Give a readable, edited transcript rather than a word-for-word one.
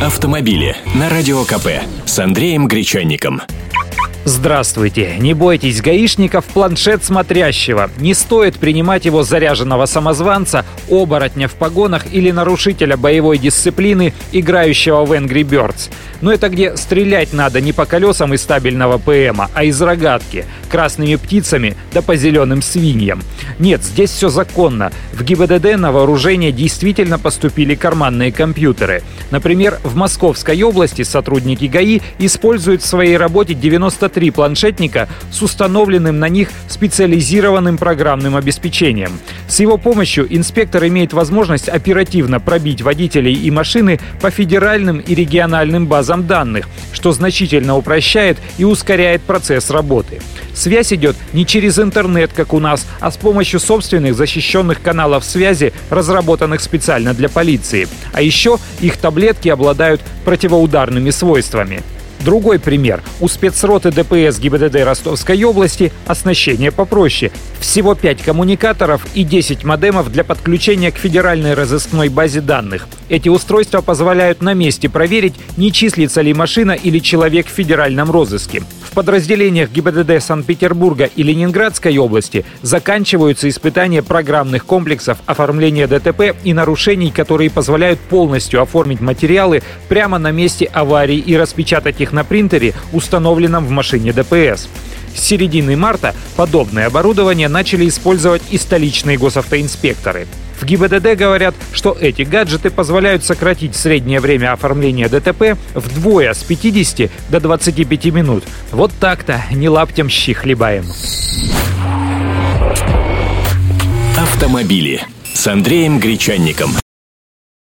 Автомобили на Радио КП с Андреем Гречанником. Здравствуйте! Не бойтесь гаишников планшет смотрящего. Не стоит принимать его заряженного самозванца, оборотня в погонах или нарушителя боевой дисциплины, играющего в Angry Birds. Но это где стрелять надо не по колесам из стабильного ПМа, а из рогатки, красными птицами да по зеленым свиньям. Нет, здесь все законно. В ГИБДД на вооружение действительно поступили карманные компьютеры. Например, в Московской области сотрудники ГАИ используют в своей работе 93 планшетника с установленным на них специализированным программным обеспечением. С его помощью инспектор имеет возможность оперативно пробить водителей и машины по федеральным и региональным базам данных, что значительно упрощает и ускоряет процесс работы. Связь идет не через интернет, как у нас, а с помощью собственных защищенных каналов связи, разработанных специально для полиции. А еще их таблетки обладают противоударными свойствами. Другой пример. У спецроты ДПС ГИБДД Ростовской области оснащение попроще. Всего 5 коммуникаторов и 10 модемов для подключения к федеральной разыскной базе данных. Эти устройства позволяют на месте проверить, не числится ли машина или человек в федеральном розыске. В подразделениях ГИБДД Санкт-Петербурга и Ленинградской области заканчиваются испытания программных комплексов оформления ДТП и нарушений, которые позволяют полностью оформить материалы прямо на месте аварии и распечатать их на принтере, установленном в машине ДПС. С середины марта подобное оборудование начали использовать и столичные госавтоинспекторы. В ГИБДД говорят, что эти гаджеты позволяют сократить среднее время оформления ДТП вдвое с 50 до 25 минут. Вот так-то, не лаптем щи хлебаем. Автомобили с Андреем Гречанником.